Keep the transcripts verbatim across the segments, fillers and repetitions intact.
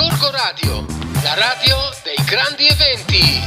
Gorgo Radio, la radio dei grandi eventi.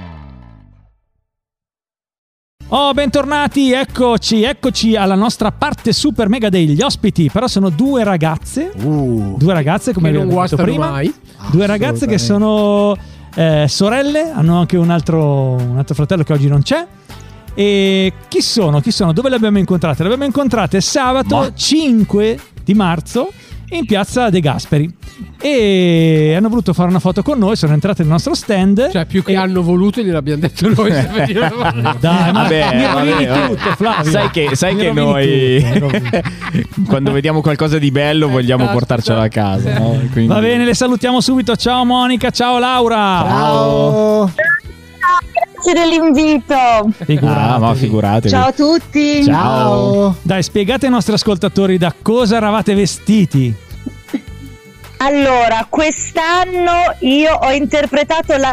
Oh, bentornati, eccoci, eccoci alla nostra parte super mega degli ospiti. Però sono due ragazze, uh, due ragazze come vi ho detto prima, mai. Due ragazze che sono eh, sorelle, hanno anche un altro, un altro fratello che oggi non c'è. E chi sono? Chi sono? Dove le abbiamo incontrate? Le abbiamo incontrate sabato Ma... cinque di marzo in piazza De Gasperi e hanno voluto fare una foto con noi, sono entrate nel nostro stand. Cioè più che e... hanno voluto gliel'abbiamo detto noi. Dai, ma vabbè, mi rovini vabbè, tutto, Flavio. Sai che, sai mi che noi tutto, quando vediamo qualcosa di bello vogliamo Cazzo. portarcelo a casa, no? Quindi... Va bene, le salutiamo subito. Ciao Monica, ciao Laura. Ciao. Grazie dell'invito. Figuratevi. Ah, ma figuratevi. Ciao a tutti. Ciao. Dai, spiegate ai nostri ascoltatori da cosa eravate vestiti. Allora, quest'anno io ho interpretato la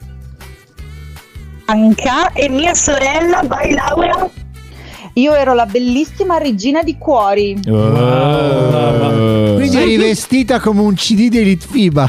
Anca e mia sorella, vai Laura. Io ero la bellissima regina di cuori. Oh. Quindi eri vestita come un C D di Litfiba.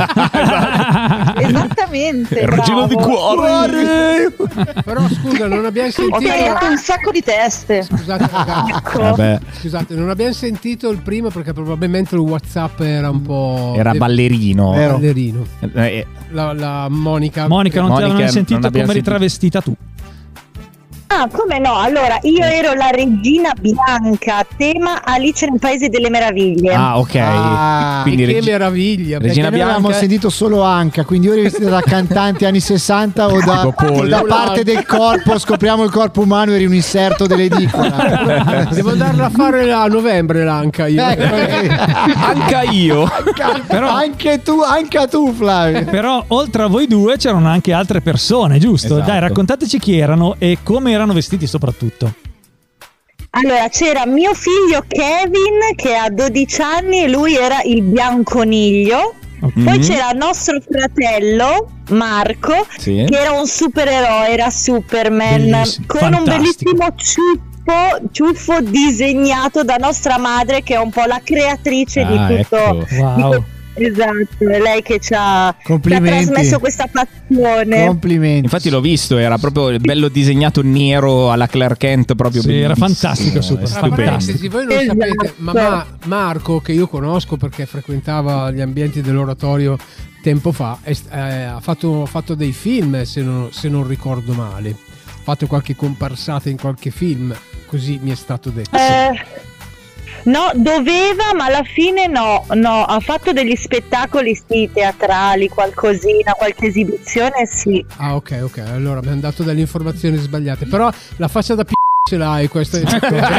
Esattamente. Regina di cuore. Però scusa, non abbiamo Ho sentito. tagliato un sacco di teste. Scusate, ragazzi. Ecco. Vabbè. Scusate, non abbiamo sentito il primo perché probabilmente il WhatsApp era un po'. Era de- ballerino. Vero. ballerino. Eh, La, la Monica. Monica, non Monica, ti avevano sentito non come abbiamo eri travestita tu. Ah, come no? Allora, io ero la regina bianca, tema Alice nel Paese delle Meraviglie. Ah, ok. Ah, Quindi che regi- meraviglia. Regina Noi avevamo Bianca. sentito solo Anca, quindi o eri vestita da cantante anni sessanta o da, Tipo Paul. o da parte del corpo, scopriamo il corpo umano, eri un inserto dell'edicola. Devo andarla a fare a novembre l'anca io. Ecco, eh. Anche io. Però- anche tu, anche tu Flavio. Però oltre a voi due c'erano anche altre persone, giusto? Esatto. Dai, raccontateci chi erano e come erano vestiti soprattutto. Allora, c'era mio figlio Kevin che ha dodici anni e lui era il bianconiglio. Ok. Poi c'era nostro fratello Marco Sì. che era un supereroe, era Superman, Bellissimo, con fantastico. un bellissimo ciuffo, ciuffo disegnato da nostra madre che è un po' la creatrice Ah, di tutto. ecco. di Wow. tutto- Esatto, è lei che ci ha, ci ha Complimenti. trasmesso questa passione. Complimenti. Infatti l'ho visto, era proprio bello disegnato nero alla Clark Kent, proprio Sì, era bellissimo. fantastico, super. Tra Stupendo. parentesi, voi non Esatto. sapete, ma, ma Marco, che io conosco perché frequentava gli ambienti dell'oratorio tempo fa, è, eh, ha, fatto, ha fatto dei film, se non, se non ricordo male. Ha fatto qualche comparsata in qualche film, così mi è stato detto. Eh, no, doveva, ma alla fine no, no, ha fatto degli spettacoli sì, teatrali, qualcosina, qualche esibizione, sì. Ah, ok, ok, allora mi hanno dato delle informazioni sbagliate. Però la faccia da p***o ce l'hai, questo è...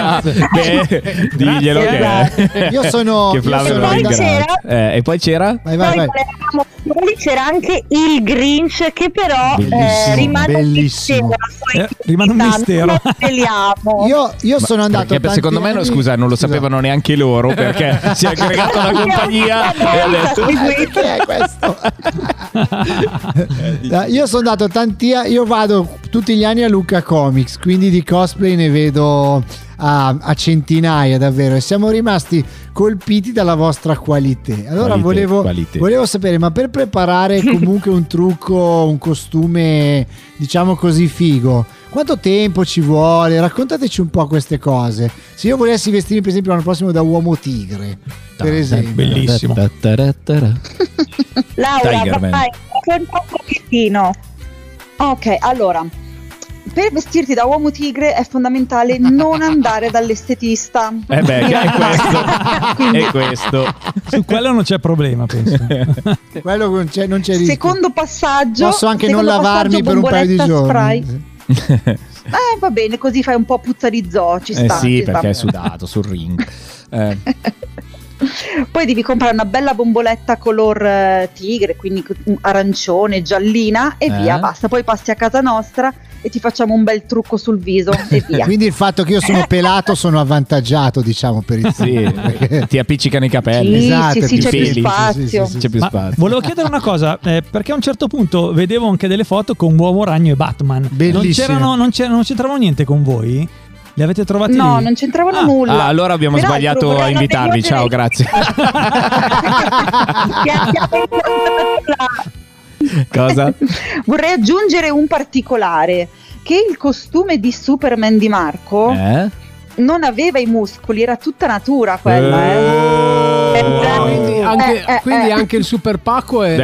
Beh, diglielo Grazie. che, Io sono- che Flavio io lo sono- ringrazia. Eh, e poi c'era? Vai, vai, Poi vai. quando eravamo piccoli c'era anche il Grinch che però Bellissimo, eh, rimane bellissimo. un mistero, la sua Eh, rimane un identità, mistero. non lo sveliamo. Io, io sono andato Perché tanti secondo me, no, anni- scusa, non lo sapevano neanche loro perché si è aggregata una compagnia e ha detto Che è questo? Eh, io sono andato tanti a- io vado tutti gli anni a Lucca Comics, quindi di cosplay ne vedo a, a centinaia davvero, e siamo rimasti colpiti dalla vostra qualità. Allora Qualità, volevo, qualità. volevo sapere, ma per preparare comunque un trucco, un costume diciamo così figo, quanto tempo ci vuole? Raccontateci un po' queste cose. Se io volessi vestirmi per esempio l'anno prossimo da uomo tigre, per esempio. Bellissimo. Laura, Tigerman. vai, racconta un pochettino. Ok, allora, per vestirti da uomo tigre è fondamentale non andare dall'estetista. Eh beh, è questo. È questo. Su quello non c'è problema, penso. Quello non c'è, non c'è rischio. Secondo passaggio, Posso anche non secondo lavarmi passaggio, per un paio di bomboletta giorni. spray. Eh, va bene, così fai un po' puzza di zoo, ci Eh sta. sì, ci sta. perché è sudato sul ring. Eh, Poi devi comprare una bella bomboletta color eh, tigre, quindi arancione, giallina e Eh? via, basta. Poi passi a casa nostra e ti facciamo un bel trucco sul viso e via. Quindi il fatto che io sono pelato sono avvantaggiato, diciamo, per il sì, perché- ti appiccicano i capelli. Sì, esatto, sì, sì, ti c'è più fili. spazio. Sì, sì, sì, C'è più Ma spazio. volevo chiedere una cosa, eh, perché a un certo punto vedevo anche delle foto con Uomo Ragno e Batman. Bellissime. Non c'erano, non, c'era- non c'entravano niente con voi? Li avete trovati No, lì? non c'entravano Ah. nulla. Ah, allora abbiamo Peraltro, sbagliato vorrei a una invitarvi. degli Ciao, ordini- grazie. Che abbiamo incontrato là. Cosa? Vorrei aggiungere un particolare, che il costume di Superman di Marco Eh? non aveva i muscoli, era tutta natura quella. Eh. Eh. Eh, già. Quindi, Eh, anche, eh, quindi eh. anche il super Paco è.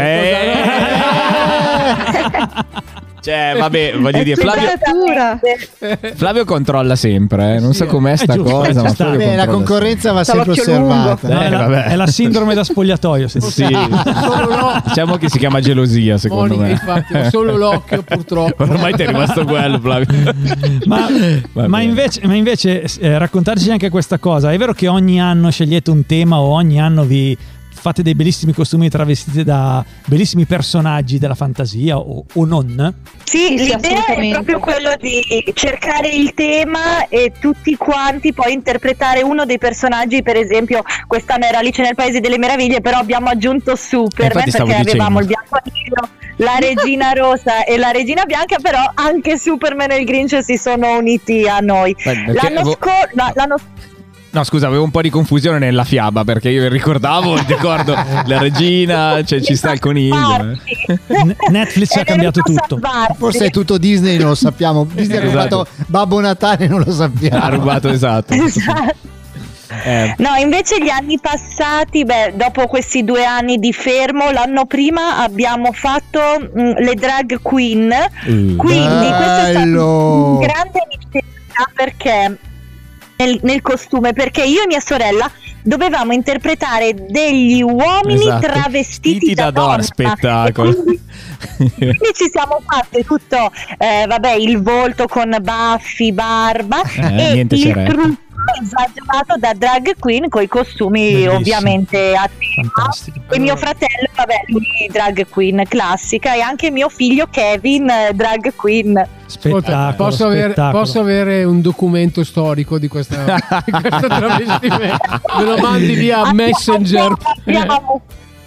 Eh. Cioè, vabbè, voglio dire, Flavio, Natura. Flavio controlla sempre, eh. Non so Sì, com'è sta giusto, cosa, ci ma sta. Flavio Beh, la controlla concorrenza va C'ha sempre l'occhio lungo. osservata. No, è, la, Eh, vabbè. è la sindrome da spogliatoio. Se Sì, diciamo che si chiama gelosia, secondo Monica, me. infatti, ho solo l'occhio purtroppo. Ormai ti è rimasto quello, Flavio. Ma, Va ma bene. invece, ma invece eh, raccontarci anche questa cosa. È vero che ogni anno scegliete un tema o ogni anno vi fate dei bellissimi costumi travestiti da bellissimi personaggi della fantasia o, o non? Sì, Sì, l'idea è assolutamente. proprio quello di cercare il tema e tutti quanti poi interpretare uno dei personaggi. Per esempio, quest'anno era Alice nel Paese delle Meraviglie, però abbiamo aggiunto Superman infatti stavo perché avevamo dicendo. il bianconiglio, la regina rosa e la regina bianca, però anche Superman e il Grinch si sono uniti a noi. Beh, perché L'anno vo- scorso, l'anno No, scusa, avevo un po' di confusione nella fiaba perché io ricordavo, ricordo la regina, cioè ci sta il coniglio. eh. N- Netflix ha Ed è cambiato venuto a tutto. salvarsi. Forse è tutto Disney, non lo sappiamo. Disney ha Esatto. rubato Babbo Natale, non lo sappiamo. Ha rubato, esatto. Esatto. Eh, No, invece gli anni passati, beh, dopo questi due anni di fermo, l'anno prima abbiamo fatto mh, le drag queen, uh. quindi questo è stato Bello. un grande iniziativa perché nel, nel costume, perché io e mia sorella dovevamo interpretare degli uomini Esatto. travestiti Vestiti da, da donna, donna. spettacolo. E Quindi, quindi ci siamo fatti tutto, eh, vabbè, il volto con baffi, barba Eh, e niente il ceretta. trucco esagerato da drag queen con i costumi Bellissimo. ovviamente a tema. Fantastico. E mio fratello, vabbè, lui drag queen classica, e anche mio figlio Kevin eh, drag queen. Spettacolo, Posso avere, spettacolo. posso avere un documento storico di questa, di questo travestimento? Me lo mandi via Messenger. Abbiamo-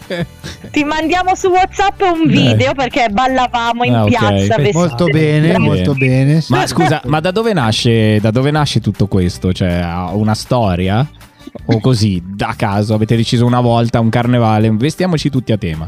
Ti mandiamo su WhatsApp un video perché ballavamo in Ah, ok. piazza vestiti. Molto bene, Drag- molto bene. Sì. Ma scusa, ma da dove nasce, da dove nasce tutto questo? Cioè, ha una storia? O così, da caso, avete deciso una volta, un carnevale, vestiamoci tutti a tema?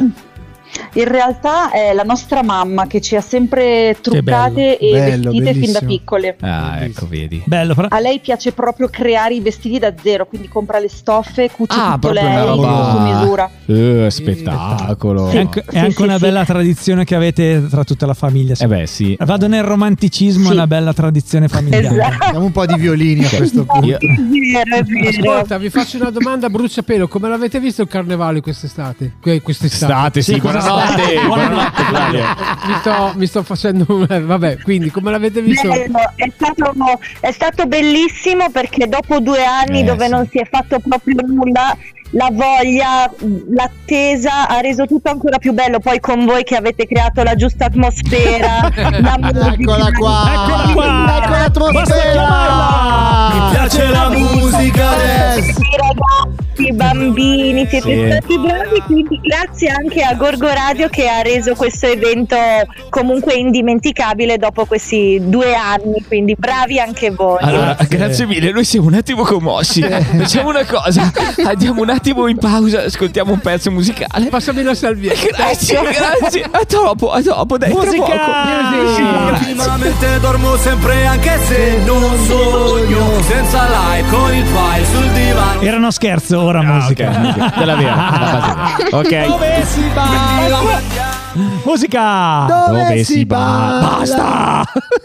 In realtà è la nostra mamma che ci ha sempre truccate e bello, vestite fin da bellissimo. piccole. Ah, ecco, vedi. Bello, fra- A lei piace proprio creare i vestiti da zero, quindi compra le stoffe, cuce Ah, tutto proprio lei una roba- su misura. Eh, spettacolo. è anche, è Sì, anche sì, una sì. bella tradizione che avete tra tutta la famiglia. Eh beh, sì. Vado nel romanticismo, Sì. una bella tradizione familiare. Esatto. Diamo un po' di violini a questo punto. Io- È vero, è vero. Ascolta, vi faccio una domanda a bruciapelo. Come l'avete visto il carnevale quest'estate? Que- Quest'estate. State, sì, Sì, buonanotte. Buonanotte, Flavio. Mi sto, mi sto facendo un... Vabbè, quindi come l'avete visto? Bello, è stato, è stato bellissimo perché dopo due anni Eh, dove sì. non si è fatto proprio nulla, la voglia, l'attesa ha reso tutto ancora più bello. Poi con voi che avete creato la giusta atmosfera, la musica. Eccola qua. Eccola qua. Ecco l'atmosfera. Basta chiamarla. Mi piace la musica adesso. I ragazzi, i bambini, siete Sì. stati bravi, quindi grazie anche a Gorgo Radio che ha reso questo evento comunque indimenticabile dopo questi due anni, quindi bravi anche voi. Allora, Grazie. grazie mille, noi siamo un attimo commossi. Facciamo una cosa, andiamo un attimo in pausa, ascoltiamo un pezzo musicale. Passami la salvietta. Grazie, grazie. A dopo, a dopo, dai, tra Musica! poco. Ultimamente dormo sempre anche se non sogno, senza like con il file sul divano. Era uno scherzo, ora Ah, musica. ok, ok, te la vera, la base. Ok. Dove si balla? Musica! Dove si balla? Basta!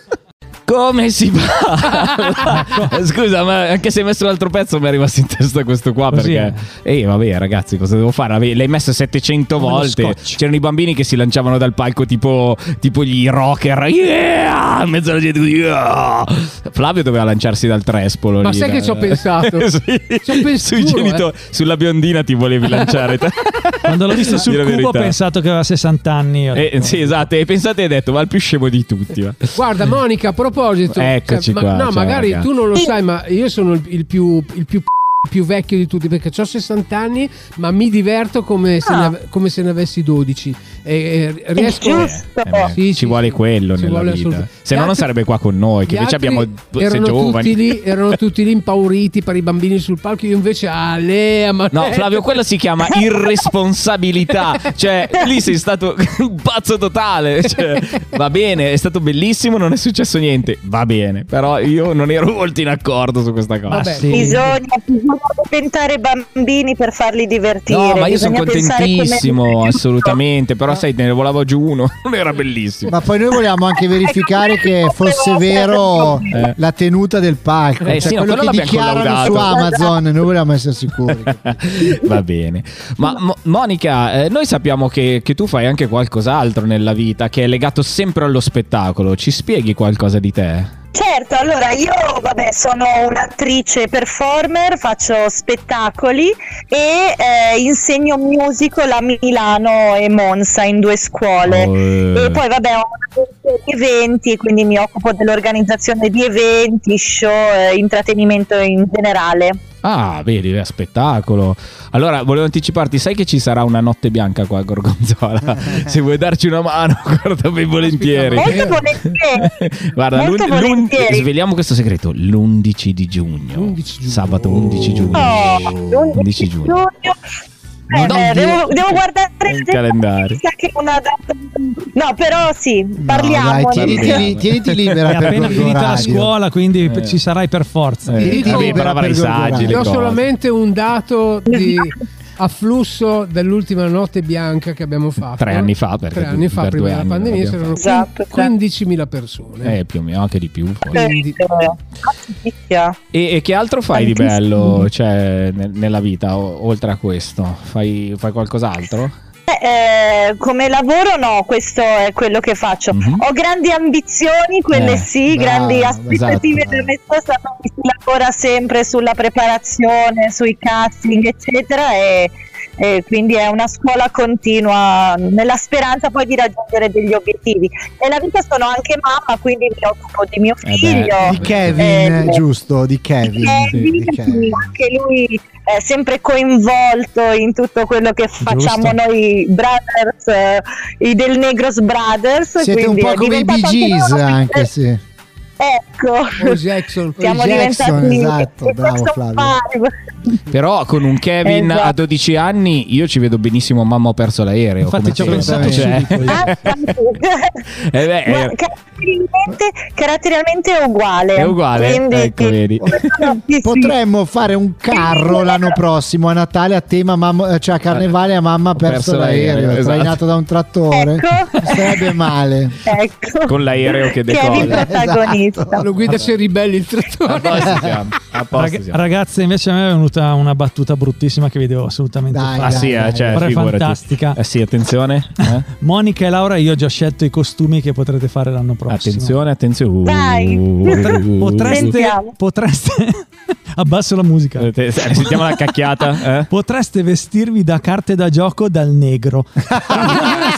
Come si parla? Scusa, ma anche se hai messo l'altro pezzo mi è rimasto in testa questo qua. Così Perché, eh, vabbè, ragazzi, cosa devo fare? Ave- L'hai messo settecento Come lo volte. scotch. C'erano i bambini che si lanciavano dal palco, tipo, tipo gli rocker. Yeah! In mezzo alla gente. Yeah! Flavio doveva lanciarsi dal trespolo. Ma lì, sai che da- ci ho pensato? Sì. Ci ho pensato, Sui genitori, sulla biondina ti volevi lanciare. te. Quando l'ho visto sul Di la cubo ho verità. pensato che aveva sessanta anni. Ho detto, Eh, sì, esatto. E pensate, hai detto, ma il più scemo di tutti. va. Guarda, Monica, a proposito, Eccoci ma- qua, no, ciao, magari raga. tu non lo sai, ma io sono il, il più il più più vecchio di tutti perché ho sessanta anni, ma mi diverto come, ah. se, ne ave- come se ne avessi dodici. E, e riesco eh, eh, sì, ci sì, vuole quello nella vuole vita. Se no non sarebbe qua con noi, che invece abbiamo sei giovani. Tutti lì, erano tutti lì impauriti per i bambini sul palco, io invece ah, Lea, ma no, Flavio, quello si chiama irresponsabilità. Cioè, lì sei stato un pazzo totale. Cioè, va bene, è stato bellissimo, non è successo niente. Va bene, però io non ero molto in accordo su questa cosa. Vabbè, sì. Bisogna, bisogna tentare bambini per farli divertire. No, ma io sono contentissimo, come... assolutamente. Però sai, ne volavo giù uno, non era bellissimo. Ma poi noi volevamo anche verificare che fosse vero eh. la tenuta del palco, eh, cioè sì, quello no, che dichiarano su Amazon. Noi volevamo essere sicuri. Va bene. Ma Mo- Monica, eh, noi sappiamo che, che tu fai anche qualcos'altro nella vita che è legato sempre allo spettacolo. Ci spieghi qualcosa di te? Certo, allora io vabbè sono un'attrice performer, faccio spettacoli e eh, insegno musical a Milano e Monza in due scuole oh, eh. e poi vabbè ho una di eventi, quindi mi occupo dell'organizzazione di eventi, show, eh, intrattenimento in generale. Ah, vedi, è spettacolo. Allora, volevo anticiparti, sai che ci sarà una notte bianca qua a Gorgonzola? Se vuoi darci una mano, guarda, ben volentieri. Molto volentieri. Guarda, Molto l'un- volentieri. l'un- sveliamo questo segreto, l'undici di giugno. undici giugno. Sabato undici giugno. Oh, undici giugno. Eh, eh, devo, devo guardare il calendario. Che una data... No, però sì, parliamo. No, dai, tieniti, li, tieniti libera. È per appena finita la radio. scuola, quindi eh. ci sarai per forza. Eh. Tieniti Vabbè, libera però avrai per saggi. Io ho cose. solamente un dato di afflusso dell'ultima notte bianca che abbiamo fatto Tre anni fa, perché tre anni fa per prima due della anni pandemia l'abbiamo c'erano fatto. quindicimila persone. Eh, più o meno, anche di più. Forse. Quindi- E, e che altro fai di bello, cioè, nel- nella vita, o- oltre a questo? Fai, fai qualcos'altro? Eh, come lavoro no, questo è quello che faccio. Mhm. Ho grandi ambizioni, quelle Eh, sì, bravo, grandi aspettative esatto, da me stessa, quindi si lavora sempre sulla preparazione, sui casting eccetera e, e quindi è una scuola continua nella speranza poi di raggiungere degli obiettivi. Nella vita sono anche mamma, quindi mi occupo di mio Eh beh, figlio. Di Kevin, Eh, giusto, di Kevin. Kevin, Di Kevin. anche lui è sempre coinvolto in tutto quello che facciamo noi brothers, eh, i del Negros Brothers. Siete un quindi po' è come i Bee diventato Gees anche loro- anche se. Ecco, O Jackson. siamo O Jackson, diventati esatto, i bravo Jackson Flavio. Five. Però con un Kevin Esatto. a dodici anni io ci vedo benissimo mamma ho perso l'aereo. Infatti come ci ho te. pensato Cioè, subito io. Ah, eh beh, Ma eh, caratterialmente, caratterialmente è uguale. È uguale, Quindi, ecco, vedi. Sì, sì. Potremmo fare un carro l'anno prossimo a Natale a tema mamma, cioè a carnevale a mamma ha perso, perso l'aereo, l'aereo, esatto. trainato da un trattore. Ecco. Sarebbe male. Ecco. con l'aereo che Kevin decolla. protagonista. Esatto. Lo guida c'è ribelli il A trattore. posto siamo, a posto Rag- siamo. ragazze, invece a me è venuta una battuta bruttissima che vi devo assolutamente Dai, fare. Ah sì, eh, cioè, Però è figurati. fantastica. Eh sì, attenzione. eh. Monica e Laura, io ho già scelto i costumi che potrete fare l'anno prossimo. Attenzione, attenzione. Dai. Potre- potreste, Sentiamo. potreste abbasso la musica. Eh, te- se- Sentiamo la cacchiata. Eh? Potreste vestirvi da carte da gioco dal negro. Ognuna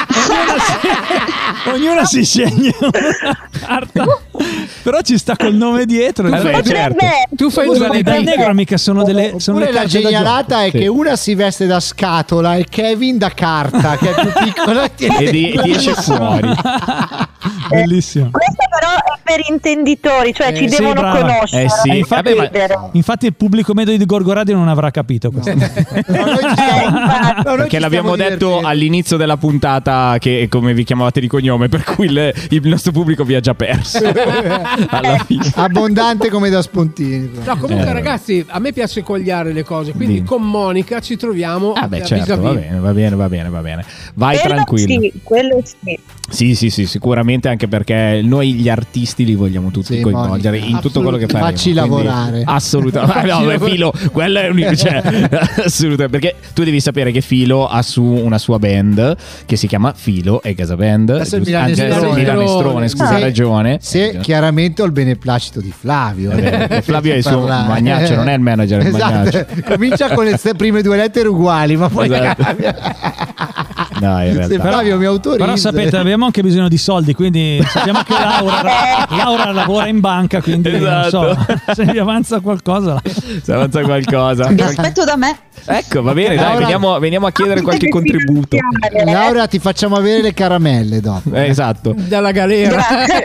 si, ognuna si sceglie una carta. Però ci sta col nome dietro. Tu fai- Eh, certo. Tu fai Scusa, due dal negro mica sono delle sono Oppure le la carte da genialata gioco. è Sì. che una si veste da scatola e Kevin da carta, che è più piccola e tiene E di- ti esce fuori. Bellissimo. Questo però è per intenditori, cioè Eh, ci sì, devono brava. conoscere. Eh sì, per vabbè, ma- credere. Infatti il pubblico medio di Gorgo Radio non avrà capito questo. No, noi ci stiamo- infatti. no, noi Perché ci l'abbiamo stiamo detto divertendo. all'inizio della puntata che come vi chiamavate di cognome, per cui il, il nostro pubblico vi ha già perso. Alla fine. Abbondante come da Spontini. però. No, comunque Eh. ragazzi, a me piace cogliare le cose, quindi Dimmi. con Monica ci troviamo Ah beh, a certo, va vis-à-vis. bene, va bene, va bene, va bene. Vai Quello tranquillo. Sì, quello sì. Sì, sì, sì, sicuramente, anche perché noi gli artisti li vogliamo tutti Sì, coinvolgere Monica, in tutto quello che faremo. facci quindi- lavorare. Assolutamente. No, beh, Filo, quello è un cioè, assolutamente, perché tu devi sapere che Filo ha su una sua band che si chiama Filo e Casa Band. Adesso il giusto? Milanestrone. Anzi, adesso il Milanestrone, scusa, Se- ha ragione. Se chiaramente ho il beneplacito di Flavio. Eh, Flavio è il suo Parlare. Magnaccio, non è il manager, è il Esatto. Magnaccio. Comincia con le ste prime due lettere uguali, ma poi Esatto. cambia. No, in realtà. Se Flavio mi autorizza. Però sapete, abbiamo anche bisogno di soldi, quindi sappiamo che Laura, Laura lavora in banca, quindi Esatto. non so se gli avanza qualcosa. Se avanza qualcosa. Vi aspetto da me. Ecco, va bene, dai, Laura- veniamo, veniamo a chiedere qualche contributo. Laura, ti facciamo avere le caramelle dopo. Eh, esatto. Dalla galera.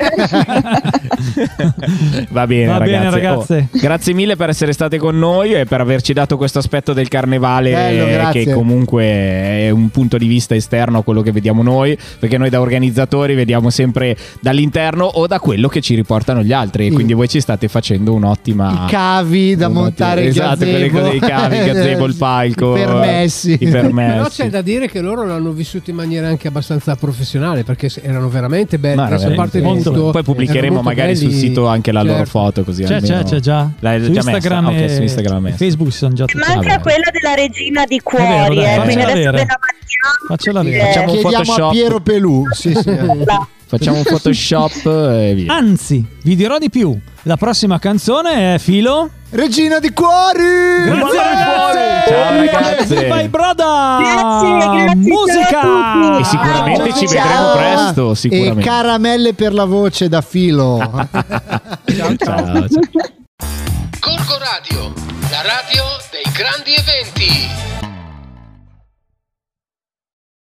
Va bene, Va ragazze. bene, ragazze. Oh, grazie mille per essere state con noi e per averci dato questo aspetto del carnevale, Bello, eh, grazie. che comunque è un punto di vista esterno a quello che vediamo noi, perché noi da organizzatori vediamo sempre dall'interno o da quello che ci riportano gli altri, e Sì. quindi voi ci state facendo un'ottima I cavi da un'ottima- montare il esatto, quelle gazebo. cose dei cavi, il gazebo, il palco, I permessi. i permessi. Però c'è da dire che loro l'hanno vissuto in maniera anche abbastanza professionale, perché erano veramente belli. Ma Adesso a parte veramente tutto, poi pubblicheremo erano molto magari sul belli. sito anche la loro Certo. foto, così C'è, almeno- c'è, c'è già. L'hai Su già Instagram, messa? Ok, e su Instagram l'ha messa. Facebook ci sono già tutti. Manca Vabbè. quella della regina di vero, cuori, dai, eh, quindi faccela adesso vedere. ve la mandiamo. Faccela vedere. Eh, Facciamo un Chiediamo Photoshop. a Piero Pelù. Sì, sì. Facciamo un Photoshop e via. Anzi, vi dirò di più. La prossima canzone è Filo. Regina di cuori. Grazie ragazzi. Ciao, ragazze. Vai Broda. Grazie, grazie, Musica. ciao a tutti. E sicuramente Ciao, ci ciao. vedremo presto, E sicuramente. caramelle per la voce da Filo. Ciao, ciao. Gorgo Radio, la radio dei grandi eventi.